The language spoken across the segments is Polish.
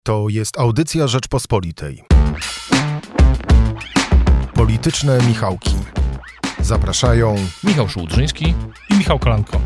To jest audycja Rzeczpospolitej. Polityczne Michałki. Zapraszają Michał Szułdrzyński i Michał Kolanko.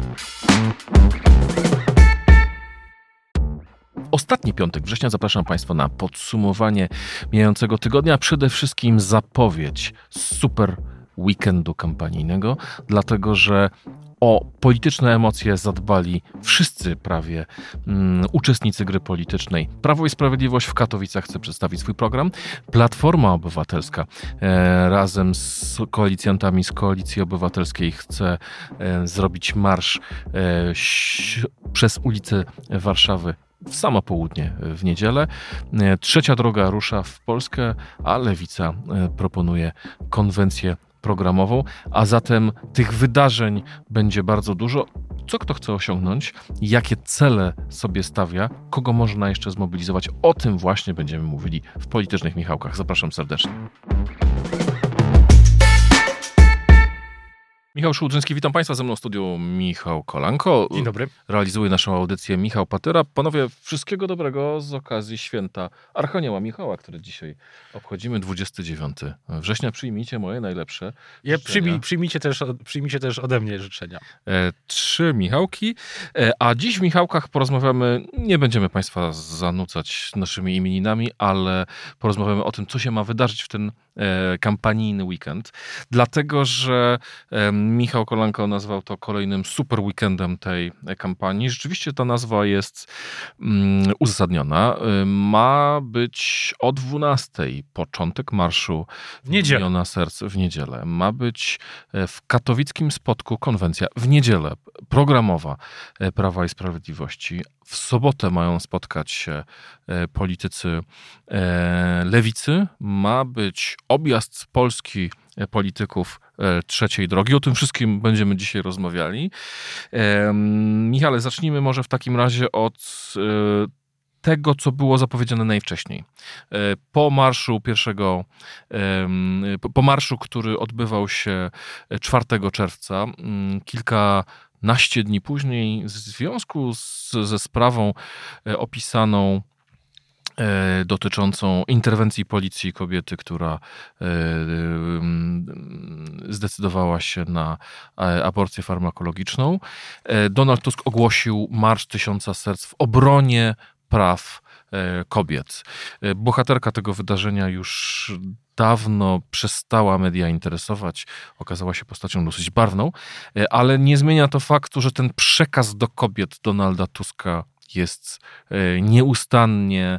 Ostatni piątek września zapraszam Państwa na podsumowanie mijającego tygodnia, a przede wszystkim zapowiedź super weekendu kampanijnego, dlatego że o polityczne emocje zadbali wszyscy prawie uczestnicy gry politycznej. Prawo i Sprawiedliwość w Katowicach chce przedstawić swój program. Platforma Obywatelska razem z koalicjantami z Koalicji Obywatelskiej chce zrobić marsz przez ulice Warszawy w samo południe w niedzielę. Trzecia droga rusza w Polskę, a Lewica proponuje konwencję programową, a zatem tych wydarzeń będzie bardzo dużo. Co kto chce osiągnąć, jakie cele sobie stawia, kogo można jeszcze zmobilizować. O tym właśnie będziemy mówili w Politycznych Michałkach. Zapraszam serdecznie. Michał Szułdrzyński, witam Państwa, ze mną w studiu Michał Kolanko. Dzień dobry. Realizuje naszą audycję Michał Patyra. Panowie, wszystkiego dobrego z okazji święta Archanioła Michała, które dzisiaj obchodzimy, 29 września. Przyjmijcie moje najlepsze życzenia. Przyjmijcie też ode mnie życzenia. 3 Michałki, a dziś w Michałkach porozmawiamy, nie będziemy Państwa zanucać naszymi imieninami, ale porozmawiamy o tym, co się ma wydarzyć w ten kampanijny weekend, dlatego że Michał Kolanko nazwał to kolejnym super weekendem tej kampanii. Rzeczywiście ta nazwa jest uzasadniona. Ma być o 12:00 początek marszu Miliona Serc w niedzielę. Ma być w katowickim Spodku konwencja w niedzielę programowa Prawa i Sprawiedliwości. W sobotę mają spotkać się politycy Lewicy. Ma być objazd z Polski polityków trzeciej drogi. O tym wszystkim będziemy dzisiaj rozmawiali. Michale, zacznijmy może w takim razie od tego, co było zapowiedziane najwcześniej. Po marszu, który odbywał się 4 czerwca, kilkanaście dni później, w związku ze sprawą opisaną dotyczącą interwencji policji kobiety, która zdecydowała się na aborcję farmakologiczną, Donald Tusk ogłosił Marsz 1000 Serc w obronie praw kobiet. Bohaterka tego wydarzenia już dawno przestała media interesować, okazała się postacią dosyć barwną, ale nie zmienia to faktu, że ten przekaz do kobiet Donalda Tuska jest nieustannie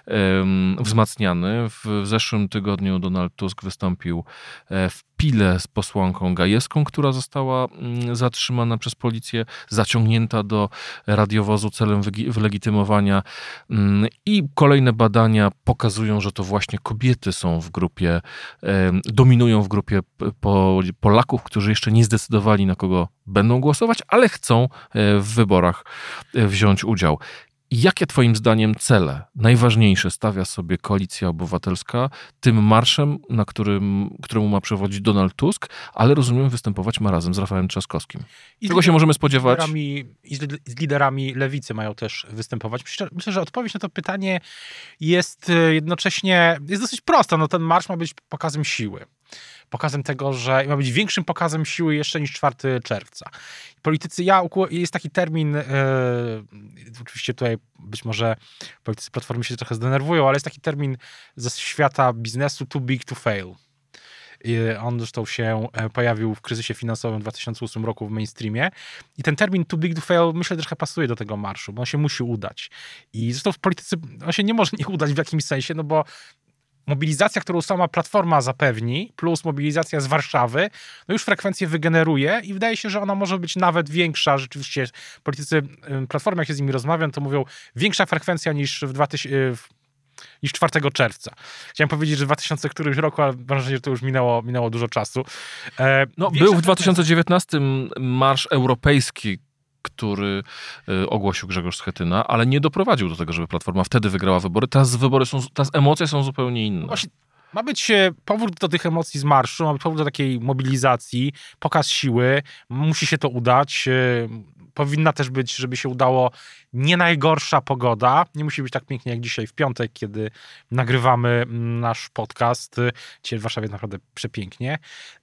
wzmacniany. W zeszłym tygodniu Donald Tusk wystąpił w Pile z posłanką Gajewską, która została zatrzymana przez policję, zaciągnięta do radiowozu celem wylegitymowania, i kolejne badania pokazują, że to właśnie kobiety są w grupie, dominują w grupie Polaków, którzy jeszcze nie zdecydowali, na kogo będą głosować, ale chcą w wyborach wziąć udział. Jakie twoim zdaniem cele najważniejsze stawia sobie Koalicja Obywatelska tym marszem, któremu ma przewodzić Donald Tusk, ale rozumiem, występować ma razem z Rafałem Trzaskowskim? Czego się możemy spodziewać? Z liderami Lewicy mają też występować. Myślę, że odpowiedź na to pytanie jest jednocześnie dosyć prosta. No, ten marsz ma być pokazem siły. Pokazem tego, że ma być większym pokazem siły jeszcze niż 4 czerwca. Politycy, jest taki termin, oczywiście tutaj być może politycy Platformy się trochę zdenerwują, ale jest taki termin ze świata biznesu too big to fail. On zresztą się pojawił w kryzysie finansowym w 2008 roku w mainstreamie. I ten termin too big to fail, myślę, że trochę pasuje do tego marszu, bo on się musi udać. I zresztą w polityce on się nie może nie udać w jakimś sensie, no bo mobilizacja, którą sama Platforma zapewni, plus mobilizacja z Warszawy, no już frekwencję wygeneruje i wydaje się, że ona może być nawet większa. Rzeczywiście politycy Platformy, jak się z nimi rozmawiam, to mówią większa frekwencja niż niż 4 czerwca. Chciałem powiedzieć, że w 2000 którymś roku, ale mam wrażenie, że to już minęło dużo czasu. Był w 2019 marsz europejski, który ogłosił Grzegorz Schetyna, ale nie doprowadził do tego, żeby Platforma wtedy wygrała wybory. Teraz emocje są zupełnie inne. Właśnie, ma być powrót do tych emocji z marszu, ma być powrót do takiej mobilizacji, pokaz siły, musi się to udać. powinna też być, żeby się udało, nie najgorsza pogoda. Nie musi być tak pięknie jak dzisiaj w piątek, kiedy nagrywamy nasz podcast. Dzisiaj w Warszawie naprawdę przepięknie.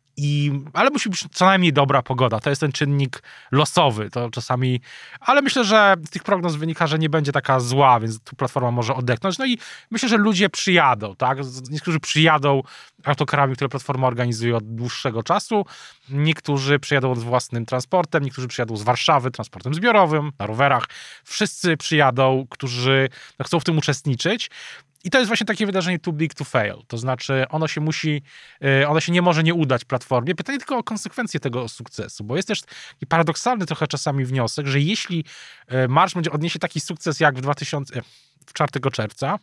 Ale musi być co najmniej dobra pogoda. To jest ten czynnik losowy. To czasami, ale myślę, że z tych prognoz wynika, że nie będzie taka zła, więc tu platforma może odetchnąć. No i myślę, że ludzie przyjadą, tak? Niektórzy przyjadą autokarami, które platforma organizuje od dłuższego czasu. Niektórzy przyjadą własnym transportem, niektórzy przyjadą z Warszawy transportem zbiorowym, na rowerach. Wszyscy przyjadą, którzy chcą w tym uczestniczyć. I to jest właśnie takie wydarzenie too big to fail. To znaczy ono się nie może nie udać platformie. Pytanie tylko o konsekwencje tego sukcesu, bo jest też taki paradoksalny trochę czasami wniosek, że jeśli marsz odniesie taki sukces jak 4 czerwca,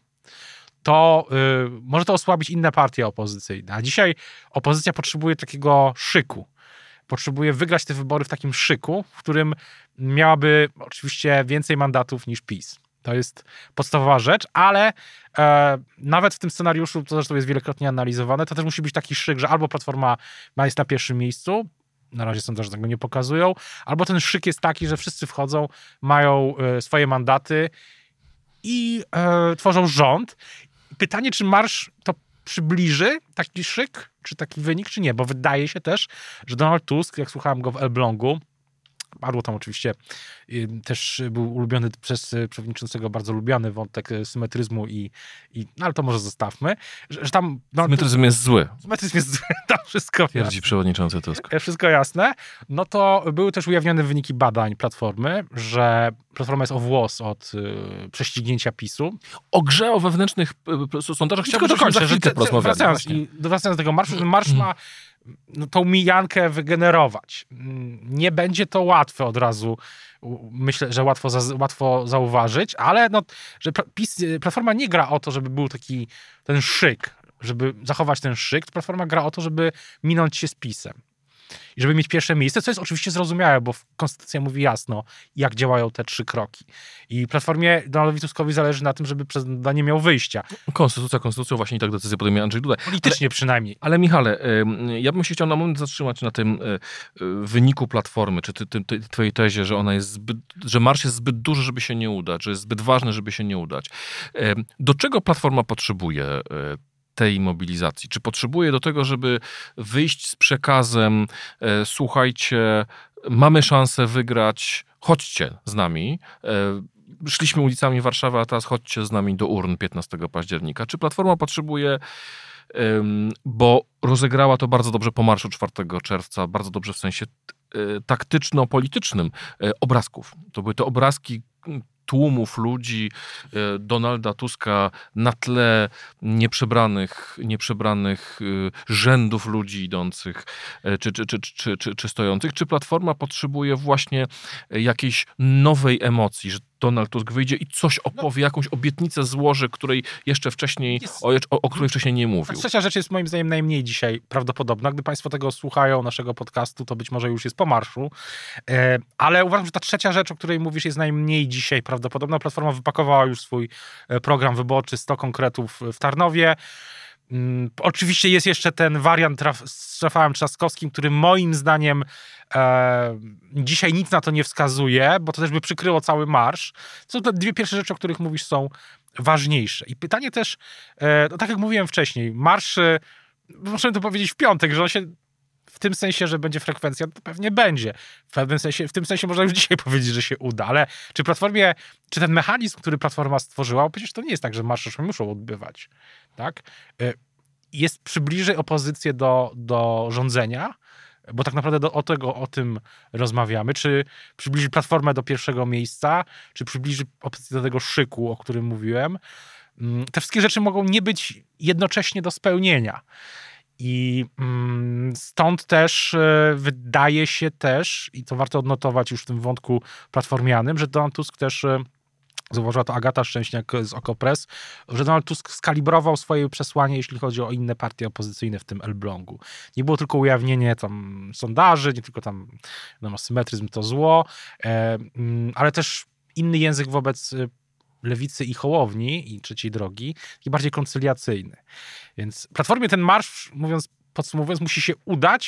to może to osłabić inne partie opozycyjne. A dzisiaj opozycja potrzebuje takiego szyku. Potrzebuje wygrać te wybory w takim szyku, w którym miałaby oczywiście więcej mandatów niż PiS. To jest podstawowa rzecz, ale nawet w tym scenariuszu, to zresztą jest wielokrotnie analizowane, to też musi być taki szyk, że albo Platforma jest na pierwszym miejscu, na razie sądzę, że tego nie pokazują, albo ten szyk jest taki, że wszyscy wchodzą, mają swoje mandaty i tworzą rząd. Pytanie, czy marsz to przybliży, taki szyk, czy taki wynik, czy nie, bo wydaje się też, że Donald Tusk, jak słuchałem go w Elblągu, padło tam oczywiście, też był ulubiony przez przewodniczącego, bardzo lubiany wątek symetryzmu no ale to może zostawmy, że tam... Symetryzm jest zły. Symetryzm jest zły, to wszystko Twierdzi jasne. przewodniczący Tusk. Wszystko jasne. No to były też ujawnione wyniki badań Platformy, że Platforma jest o włos od prześcignięcia PiS-u. O grze, o wewnętrznych sondażach chciałbym dokończę, za chwilkę porozmawiać. Wracając do tego marszu, marsz ma tą mijankę wygenerować. Nie będzie to łatwe od razu, myślę, że łatwo zauważyć, ale że Platforma nie gra o to, żeby był taki ten szyk, żeby zachować ten szyk. Platforma gra o to, żeby minąć się z PiS-em. I żeby mieć pierwsze miejsce, co jest oczywiście zrozumiałe, bo Konstytucja mówi jasno, jak działają te 3 kroki. I Platformie, Donaldowi Tuskowi zależy na tym, żeby prezydent nie miał wyjścia. Konstytucją właśnie i tak decyzję podejmie Andrzej Duda. Politycznie przynajmniej. Ale Michale, ja bym się chciał na moment zatrzymać na tym wyniku Platformy, czy twojej tezie, że ona jest że marsz jest zbyt duży, żeby się nie udać, że jest zbyt ważny, żeby się nie udać. Do czego Platforma potrzebuje tej mobilizacji? Czy potrzebuje do tego, żeby wyjść z przekazem słuchajcie, mamy szansę wygrać, chodźcie z nami, szliśmy ulicami Warszawy, a teraz chodźcie z nami do urn 15 października. Czy Platforma potrzebuje, bo rozegrała to bardzo dobrze po marszu 4 czerwca, bardzo dobrze w sensie taktyczno-politycznym, obrazków. To były te obrazki tłumów ludzi, Donalda Tuska na tle nieprzebranych rzędów ludzi idących czy stojących. Czy Platforma potrzebuje właśnie jakiejś nowej emocji, że Donald Tusk wyjdzie i coś opowie, jakąś obietnicę złoży, której jeszcze wcześniej, o której wcześniej nie mówił? Trzecia rzecz jest moim zdaniem najmniej dzisiaj prawdopodobna. Gdy Państwo tego słuchają, naszego podcastu, to być może już jest po marszu. Ale uważam, że ta trzecia rzecz, o której mówisz, jest najmniej dzisiaj prawdopodobna. Platforma wypakowała już swój program wyborczy 100 konkretów w Tarnowie. Oczywiście jest jeszcze ten wariant z Rafałem Trzaskowskim, który moim zdaniem dzisiaj nic na to nie wskazuje, bo to też by przykryło cały marsz. Co te 2 pierwsze rzeczy, o których mówisz, są ważniejsze. I pytanie też, tak jak mówiłem wcześniej, marsz, możemy to powiedzieć w piątek, że on się w tym sensie, że będzie frekwencja, to pewnie będzie. W tym sensie można już dzisiaj powiedzieć, że się uda, ale czy ten mechanizm, który Platforma stworzyła, bo przecież to nie jest tak, że marsze się muszą odbywać, tak? Przybliży opozycję do rządzenia, bo tak naprawdę o tym rozmawiamy. Czy przybliży Platformę do pierwszego miejsca, czy przybliży opozycję do tego szyku, o którym mówiłem. Te wszystkie rzeczy mogą nie być jednocześnie do spełnienia. I stąd też wydaje się też, i to warto odnotować już w tym wątku platformianym, że Donald Tusk też, zauważyła to Agata Szczęśniak z Okopres, że Donald Tusk skalibrował swoje przesłanie, jeśli chodzi o inne partie opozycyjne w tym Elblągu. Nie było tylko ujawnienie tam sondaży, nie tylko tam symetryzm to zło, ale też inny język wobec Lewicy i Hołowni i Trzeciej Drogi, taki bardziej koncyliacyjny. Więc Platformie ten marsz, podsumowując, musi się udać,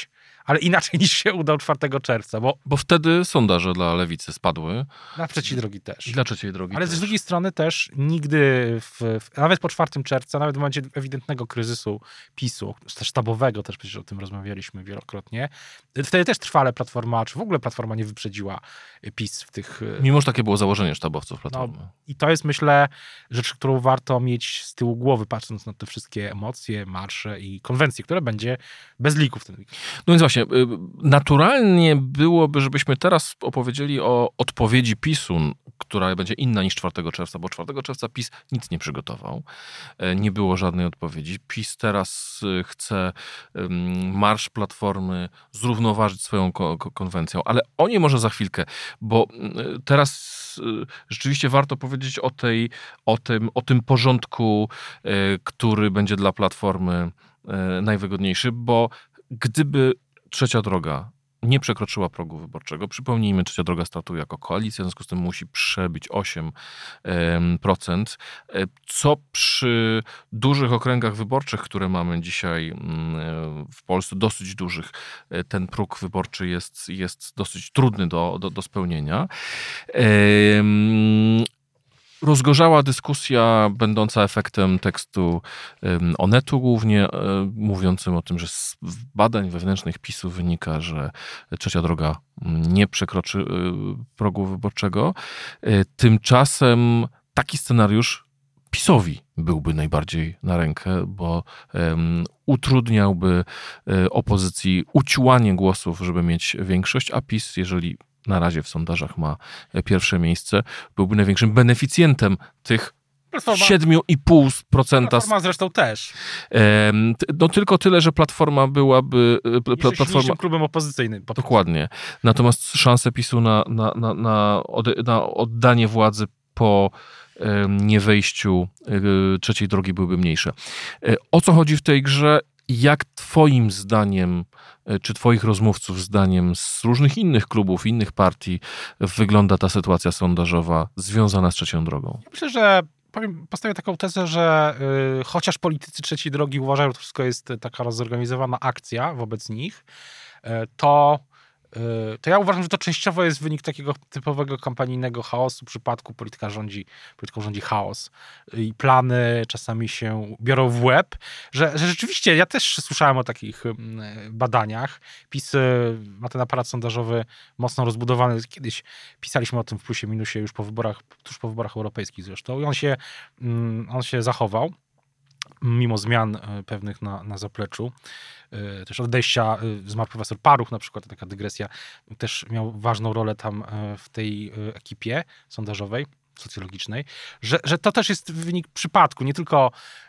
ale inaczej niż się udał 4 czerwca, Bo wtedy sondaże dla Lewicy spadły. dla trzeciej drogi też. I dla trzeciej drogi Ale też. z drugiej strony też nigdy, nawet po 4 czerwca, nawet w momencie ewidentnego kryzysu PiS-u, też sztabowego, też przecież o tym rozmawialiśmy wielokrotnie, wtedy też trwale Platforma, czy w ogóle Platforma nie wyprzedziła PiS w tych... Mimo że takie było założenie sztabowców Platformy. I to jest, myślę, rzecz, którą warto mieć z tyłu głowy, patrząc na te wszystkie emocje, marsze i konwencje, które będzie bez lików ten weekend. No więc właśnie, naturalnie byłoby, żebyśmy teraz opowiedzieli o odpowiedzi PiS-u, która będzie inna niż 4 czerwca, bo 4 czerwca PiS nic nie przygotował. Nie było żadnej odpowiedzi. PiS teraz chce marsz Platformy zrównoważyć swoją konwencją, ale o niej może za chwilkę, bo teraz rzeczywiście warto powiedzieć o tym porządku, który będzie dla Platformy najwygodniejszy, bo gdyby Trzecia Droga nie przekroczyła progu wyborczego, przypomnijmy, Trzecia Droga startuje jako koalicja, w związku z tym musi przebić 8%, co przy dużych okręgach wyborczych, które mamy dzisiaj w Polsce, dosyć dużych, ten próg wyborczy jest dosyć trudny do spełnienia. Rozgorzała dyskusja będąca efektem tekstu Onetu głównie, mówiącym o tym, że z badań wewnętrznych PiS-u wynika, że Trzecia Droga nie przekroczy progu wyborczego. Tymczasem taki scenariusz PiS-owi byłby najbardziej na rękę, bo utrudniałby opozycji uciłanie głosów, żeby mieć większość, a PiS, jeżeli na razie w sondażach ma pierwsze miejsce, byłby największym beneficjentem tych 7,5%. Platforma zresztą też. No tylko tyle, że Platforma byłaby... Platforma klubem opozycyjnym. Dokładnie. Natomiast szanse PiS-u na oddanie władzy po niewejściu Trzeciej Drogi byłyby mniejsze. O co chodzi w tej grze? Jak twoim zdaniem, czy twoich rozmówców zdaniem z różnych innych klubów, innych partii wygląda ta sytuacja sondażowa związana z Trzecią Drogą? Myślę, że postawię taką tezę, że chociaż politycy Trzeciej Drogi uważają, że to wszystko jest taka rozorganizowana akcja wobec nich, to ja uważam, że to częściowo jest wynik takiego typowego kampanijnego chaosu. W przypadku polityką rządzi chaos i plany czasami się biorą w łeb, że rzeczywiście, ja też słyszałem o takich badaniach. PiS ma ten aparat sondażowy mocno rozbudowany. Kiedyś pisaliśmy o tym w Plusie Minusie już tuż po wyborach europejskich zresztą i on się zachował mimo zmian pewnych na zapleczu. Też odejścia, zmarł profesor Paruch na przykład, taka dygresja, też miał ważną rolę tam w tej ekipie sondażowej, socjologicznej, że to też jest wynik przypadku, nie tylko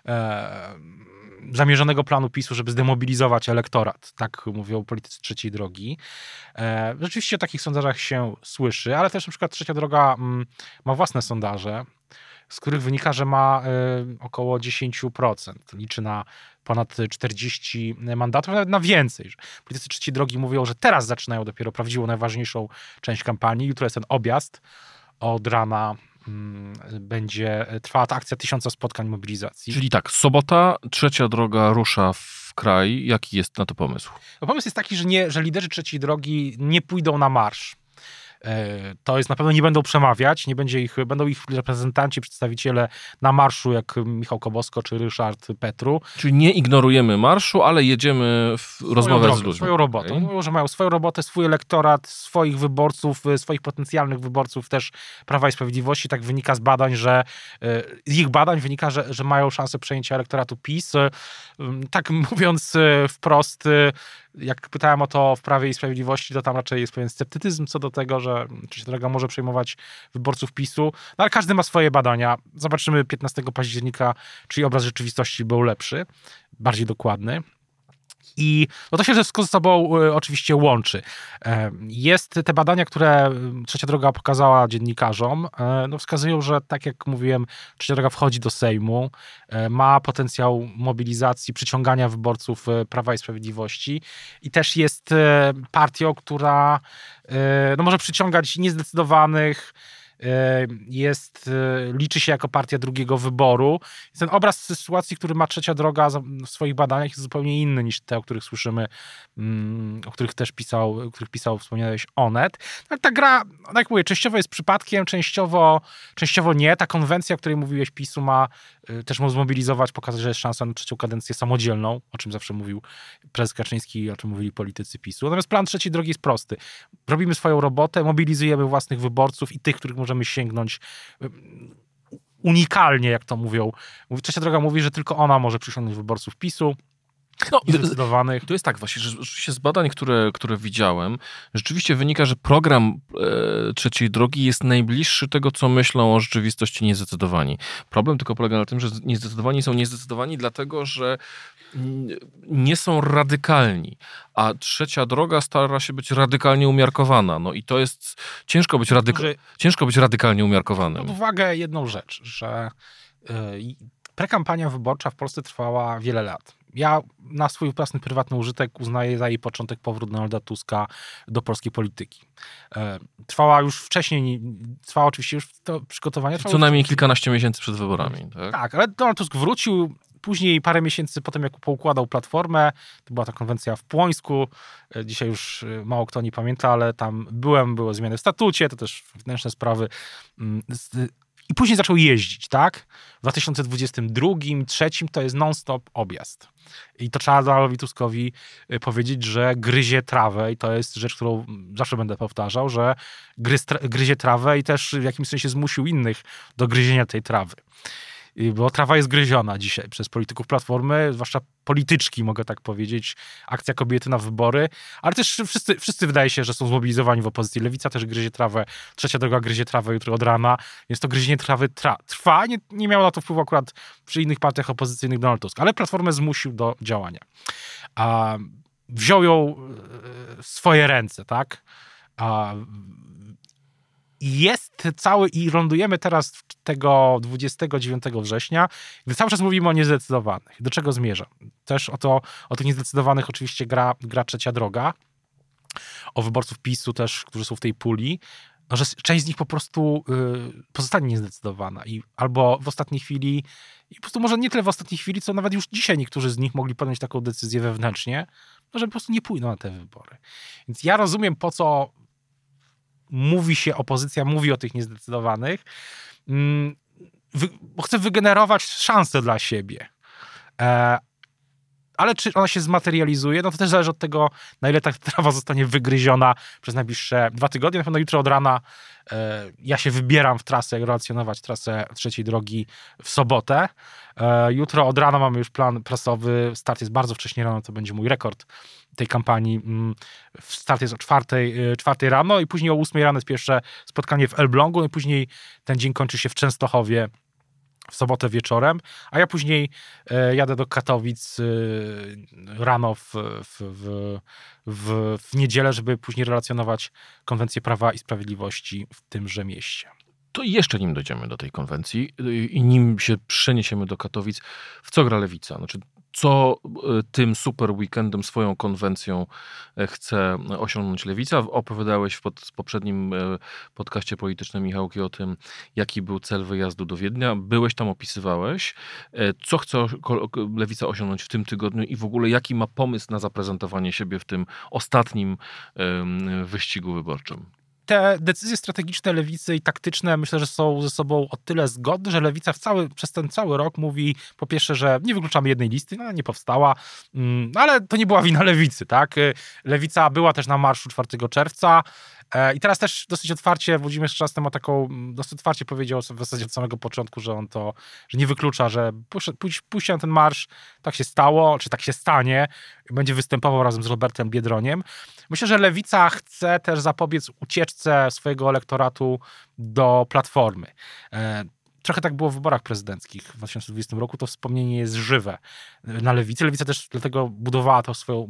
zamierzonego planu PiS-u, żeby zdemobilizować elektorat, tak mówią politycy Trzeciej Drogi. Rzeczywiście o takich sondażach się słyszy, ale też na przykład Trzecia Droga ma własne sondaże, z których wynika, że ma około 10%. Liczy na ponad 40 mandatów, nawet na więcej. Politycy Trzeciej Drogi mówią, że teraz zaczynają dopiero prawdziwą, najważniejszą część kampanii. Jutro jest ten objazd. Od rana będzie trwała ta akcja 1000 spotkań mobilizacji. Czyli tak, sobota, Trzecia Droga rusza w kraj. Jaki jest na to pomysł? No, pomysł jest taki, że liderzy Trzeciej Drogi nie pójdą na marsz. To jest na pewno, nie będą przemawiać, będą ich reprezentanci, przedstawiciele na marszu, jak Michał Kobosko czy Ryszard Petru. Czyli nie ignorujemy marszu, ale jedziemy rozmawiać z ludźmi. Swoją robotę. Okay. Mówią, że mają swoją robotę, swój elektorat, swoich wyborców, swoich potencjalnych wyborców też Prawa i Sprawiedliwości. Tak wynika z badań, z ich badań wynika, że mają szansę przejęcia elektoratu PiS. Tak mówiąc wprost, jak pytałem o to w Prawie i Sprawiedliwości, to tam raczej jest pewien sceptycyzm co do tego, że Trzecia Droga może przejmować wyborców PiS-u. No ale każdy ma swoje badania. Zobaczymy 15 października, czyli obraz rzeczywistości był lepszy, bardziej dokładny. I no to się wszystko ze sobą oczywiście łączy. Te badania, które Trzecia Droga pokazała dziennikarzom, no wskazują, że tak jak mówiłem, Trzecia Droga wchodzi do Sejmu, ma potencjał mobilizacji, przyciągania wyborców Prawa i Sprawiedliwości i też jest partią, która no może przyciągać niezdecydowanych, liczy się jako partia drugiego wyboru. Ten obraz sytuacji, który ma Trzecia Droga w swoich badaniach, jest zupełnie inny niż te, o których słyszymy, o których też pisał wspomniałeś, Onet. Ale ta gra, tak jak mówię, częściowo jest przypadkiem, częściowo nie. Ta konwencja, o której mówiłeś, PiS-u ma też zmobilizować, pokazać, że jest szansa na trzecią kadencję samodzielną, o czym zawsze mówił prezes Kaczyński i o czym mówili politycy PiS-u. Natomiast plan Trzeciej Drogi jest prosty. Robimy swoją robotę, mobilizujemy własnych wyborców i tych, których możemy sięgnąć unikalnie, jak to mówią. Trzecia Droga mówi, że tylko ona może przyciągnąć wyborców PiS-u. No, zdecydowanych. To jest tak właśnie, że rzeczywiście z badań, które widziałem, rzeczywiście wynika, że program Trzeciej Drogi jest najbliższy tego, co myślą o rzeczywistości niezdecydowani. Problem tylko polega na tym, że niezdecydowani są niezdecydowani dlatego, że nie są radykalni, a Trzecia Droga stara się być radykalnie umiarkowana. No i to jest ciężko być radykalnie umiarkowanym. Pod uwagę jedną rzecz, że prekampania wyborcza w Polsce trwała wiele lat. Ja na swój własny, prywatny użytek uznaję za jej początek powrót Donalda Tuska do polskiej polityki. Trwała już wcześniej, trwała oczywiście już to przygotowanie. Co najmniej kilkanaście miesięcy przed wyborami. Tak, ale Donald Tusk wrócił. Później parę miesięcy potem, jak poukładał Platformę, to była ta konwencja w Płońsku, dzisiaj już mało kto nie pamięta, ale tam były zmiany w statucie, to też wewnętrzne sprawy. I później zaczął jeździć, tak? W 2022, 2023 to jest non-stop objazd. I to trzeba Donaldowi Tuskowi powiedzieć, że gryzie trawę i to jest rzecz, którą zawsze będę powtarzał, że gryzie trawę i też w jakimś sensie zmusił innych do gryzienia tej trawy. Bo trawa jest gryziona dzisiaj przez polityków Platformy, zwłaszcza polityczki, mogę tak powiedzieć, akcja Kobiety na wybory, ale też wszyscy wydaje się, że są zmobilizowani w opozycji. Lewica też gryzie trawę, Trzecia Droga gryzie trawę jutro od rana, więc to gryzienie trawy trwa. Nie miało na to wpływu akurat przy innych partiach opozycyjnych Donald Tusk, ale Platformę zmusił do działania. Wziął ją w swoje ręce, tak? I lądujemy teraz tego 29 września, gdy cały czas mówimy o niezdecydowanych. Do czego zmierzam? Też o tych niezdecydowanych oczywiście gra Trzecia Droga, o wyborców PiS-u też, którzy są w tej puli, że część z nich po prostu pozostanie niezdecydowana albo w ostatniej chwili, i po prostu może nie tyle w ostatniej chwili, co nawet już dzisiaj niektórzy z nich mogli podjąć taką decyzję wewnętrznie, że po prostu nie pójdą na te wybory. Więc ja rozumiem, po co opozycja mówi o tych niezdecydowanych, bo chce wygenerować szansę dla siebie. Ale czy ona się zmaterializuje? No to też zależy od tego, na ile ta trawa zostanie wygryziona przez najbliższe 2 tygodnie. Na pewno jutro od rana ja się wybieram w trasę, relacjonować trasę Trzeciej Drogi w sobotę. Jutro od rana mamy już plan prasowy. Start jest bardzo wcześnie rano, to będzie mój rekord tej kampanii. Start jest o 4 rano i później o 8 rano jest pierwsze spotkanie w Elblągu, no i później ten dzień kończy się w Częstochowie w sobotę wieczorem, a ja później jadę do Katowic rano w niedzielę, żeby później relacjonować konwencję Prawa i Sprawiedliwości w tymże mieście. To jeszcze nim dojdziemy do tej konwencji i nim się przeniesiemy do Katowic, w co gra Lewica? Znaczy, co tym super weekendem, swoją konwencją chce osiągnąć Lewica? Opowiadałeś w poprzednim podcaście politycznym, Michałki, o tym, jaki był cel wyjazdu do Wiednia. Byłeś tam, opisywałeś. Co chce Lewica osiągnąć w tym tygodniu i w ogóle jaki ma pomysł na zaprezentowanie siebie w tym ostatnim wyścigu wyborczym? Te decyzje strategiczne Lewicy i taktyczne, myślę, że są ze sobą o tyle zgodne, że Lewica przez ten cały rok mówi, po pierwsze, że nie wykluczamy jednej listy, no nie powstała, ale to nie była wina Lewicy, tak? Lewica była też na marszu 4 czerwca i teraz też dosyć otwarcie Włodzimierz Czarzasty dosyć otwarcie powiedział w zasadzie od samego początku, że że nie wyklucza, że pójście na ten marsz, tak się stało, czy tak się stanie, będzie występował razem z Robertem Biedroniem. Myślę, że Lewica chce też zapobiec ucieczce swojego elektoratu do Platformy. Trochę tak było w wyborach prezydenckich w 2020 roku, to wspomnienie jest żywe na Lewicy. Lewica też dlatego budowała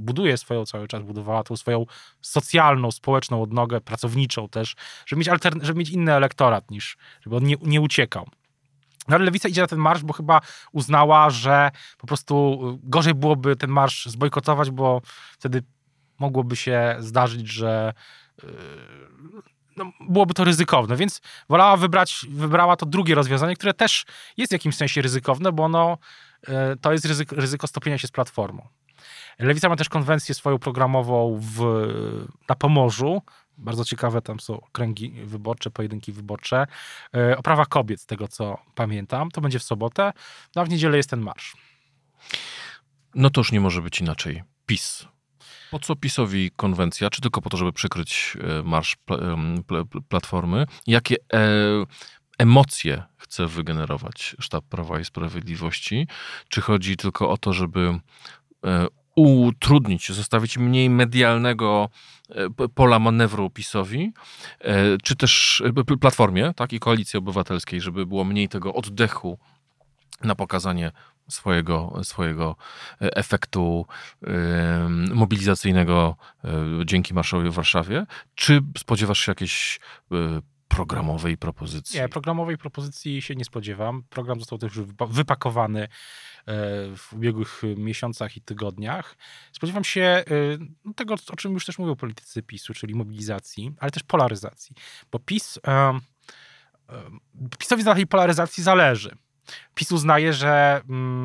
tą swoją socjalną, społeczną odnogę, pracowniczą też, żeby mieć inny elektorat, żeby on nie uciekał. No ale Lewica idzie na ten marsz, bo chyba uznała, że po prostu gorzej byłoby ten marsz zbojkotować, bo wtedy mogłoby się zdarzyć, że byłoby to ryzykowne, więc wybrała to drugie rozwiązanie, które też jest w jakimś sensie ryzykowne, bo to jest ryzyko stopienia się z Platformą. Lewica ma też konwencję swoją programową na Pomorzu. Bardzo ciekawe, tam są okręgi wyborcze, pojedynki wyborcze. O prawach kobiet, z tego co pamiętam. To będzie w sobotę, a w niedzielę jest ten marsz. No to już nie może być inaczej. PiS. Po co PiS-owi konwencja? Czy tylko po to, żeby przykryć marsz Platformy? Jakie emocje chce wygenerować sztab Prawa i Sprawiedliwości? Czy chodzi tylko o to, żeby utrudnić, zostawić mniej medialnego pola manewru PiS-owi, czy też Platformie, tak, i Koalicji Obywatelskiej, żeby było mniej tego oddechu na pokazanie swojego efektu mobilizacyjnego dzięki marszowi w Warszawie? Czy spodziewasz się jakiejś programowej propozycji? Nie, programowej propozycji się nie spodziewam. Program został też już wypakowany w ubiegłych miesiącach i tygodniach. Spodziewam się tego, o czym już też mówią politycy PiS-u, czyli mobilizacji, ale też polaryzacji. Bo PiS-owi na tej polaryzacji zależy. PiS uznaje, że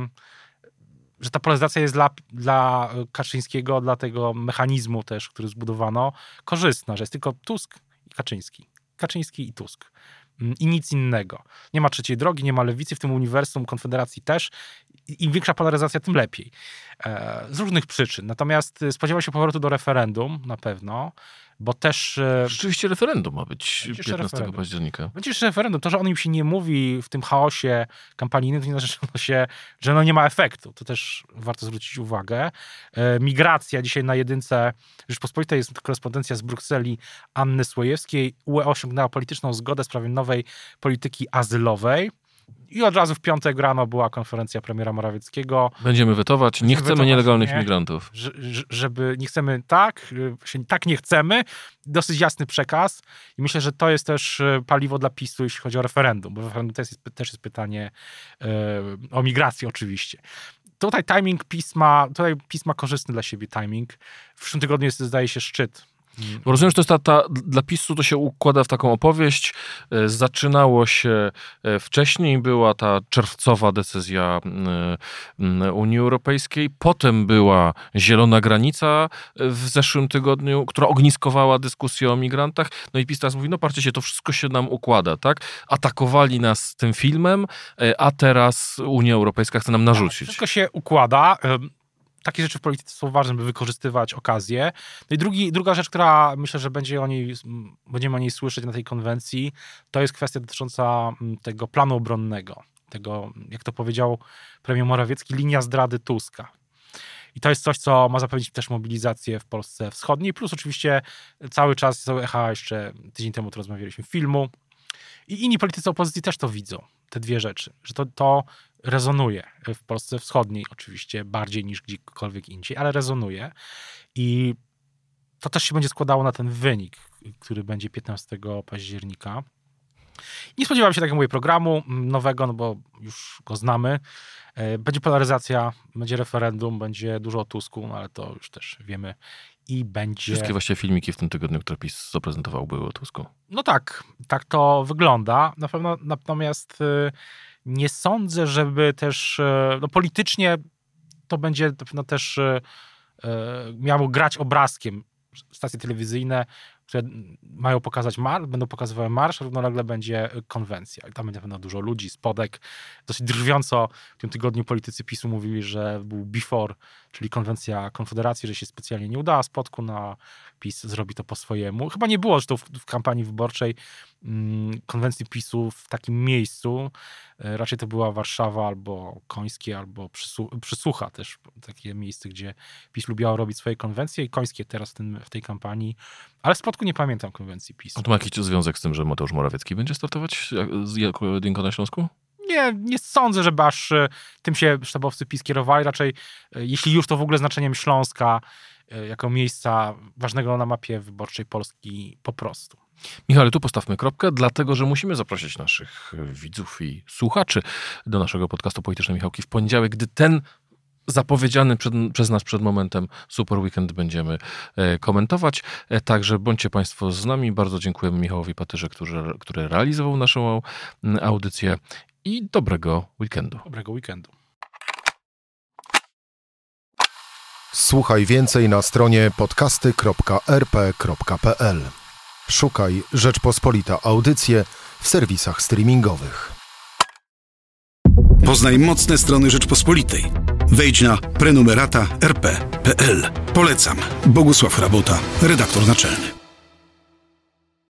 ta polaryzacja jest dla Kaczyńskiego, dla tego mechanizmu też, który zbudowano, korzystna, że jest tylko Tusk i Kaczyński. Kaczyński i Tusk. I nic innego. Nie ma trzeciej drogi, nie ma lewicy, w tym uniwersum Konfederacji też. Im większa polaryzacja, tym lepiej. Z różnych przyczyn. Natomiast spodziewam się powrotu do referendum, na pewno, bo też... Rzeczywiście referendum ma być 15 października. Będzie jeszcze referendum. To, że o nim się nie mówi w tym chaosie kampanijnym, to nie znaczy, że nie ma efektu. To też warto zwrócić uwagę. Migracja. Dzisiaj na Jedynce Rzeczpospolitej jest korespondencja z Brukseli Anny Słojewskiej. UE osiągnęła polityczną zgodę w sprawie nowej polityki azylowej. I od razu w piątek rano była konferencja premiera Morawieckiego. Będziemy wetować. Nie chcemy nielegalnych migrantów. Żeby nie chcemy tak nie chcemy. Dosyć jasny przekaz. I myślę, że to jest też paliwo dla PiS-u, jeśli chodzi o referendum. Bo referendum też jest pytanie o migrację oczywiście. Tutaj PiS ma korzystny dla siebie timing. W przyszłym tygodniu jest, zdaje się, szczyt. Bo rozumiem, że to jest dla PiS-u to się układa w taką opowieść. Zaczynało się wcześniej, była ta czerwcowa decyzja Unii Europejskiej, potem była zielona granica w zeszłym tygodniu, która ogniskowała dyskusję o migrantach. No i PiS teraz mówi, no patrzcie się, to wszystko się nam układa, tak? Atakowali nas tym filmem, a teraz Unia Europejska chce nam narzucić. Wszystko się układa. Takie rzeczy w polityce są ważne, by wykorzystywać okazję. No i druga rzecz, która myślę, że będziemy o niej słyszeć na tej konwencji, to jest kwestia dotycząca tego planu obronnego. Tego, jak to powiedział premier Morawiecki, linia zdrady Tuska. I to jest coś, co ma zapewnić też mobilizację w Polsce Wschodniej. Plus oczywiście cały czas są echa, jeszcze tydzień temu to rozmawialiśmy, filmu. I inni politycy opozycji też to widzą, te dwie rzeczy. Że to rezonuje w Polsce Wschodniej oczywiście bardziej niż gdziekolwiek indziej, ale rezonuje. I to też się będzie składało na ten wynik, który będzie 15 października. Nie spodziewam się, tak jak mówię, programu nowego, no bo już go znamy. Będzie polaryzacja, będzie referendum, będzie dużo o Tusku, no ale to już też wiemy. I będzie... Wszystkie właściwie filmiki w tym tygodniu, które PiS zaprezentował, były o Tusku. No tak to wygląda. Na pewno, natomiast nie sądzę, żeby też politycznie to będzie na pewno też miało grać obrazkiem. Stacje telewizyjne, które mają pokazać będą pokazywały marsz, równolegle będzie konwencja. I tam będzie na pewno dużo ludzi, spodek. Dosyć drwiąco w tym tygodniu politycy PiS-u mówili, że był before, czyli konwencja Konfederacji, że się specjalnie nie udała spotku na PiS, zrobi to po swojemu. Chyba nie było, że to w kampanii wyborczej konwencji PiS-u w takim miejscu. Raczej to była Warszawa albo Końskie, albo Przysłucha też. Takie miejsce, gdzie PiS lubiało robić swoje konwencje i Końskie teraz w tej kampanii. Ale w spotku nie pamiętam konwencji PiS-u. A to ma jakiś związek z tym, że Mateusz Morawiecki będzie startować jako jedynka na Śląsku? Nie sądzę, żeby aż tym się sztabowcy PiS kierowali. Raczej, jeśli już, to w ogóle znaczeniem Śląska jako miejsca ważnego na mapie wyborczej Polski po prostu. Michale, tu postawmy kropkę, dlatego że musimy zaprosić naszych widzów i słuchaczy do naszego podcastu Polityczne Michałki w poniedziałek, gdy ten zapowiedziany przez nas przed momentem Super Weekend będziemy komentować. Także bądźcie Państwo z nami. Bardzo dziękujemy Michałowi Patyrze, który realizował naszą audycję i dobrego weekendu. Dobrego weekendu. Słuchaj więcej na stronie podcasty.rp.pl. Szukaj Rzeczpospolita Audycje w serwisach streamingowych. Poznaj mocne strony Rzeczpospolitej. Wejdź na prenumerata.rp.pl. Polecam. Bogusław Rabota, redaktor naczelny.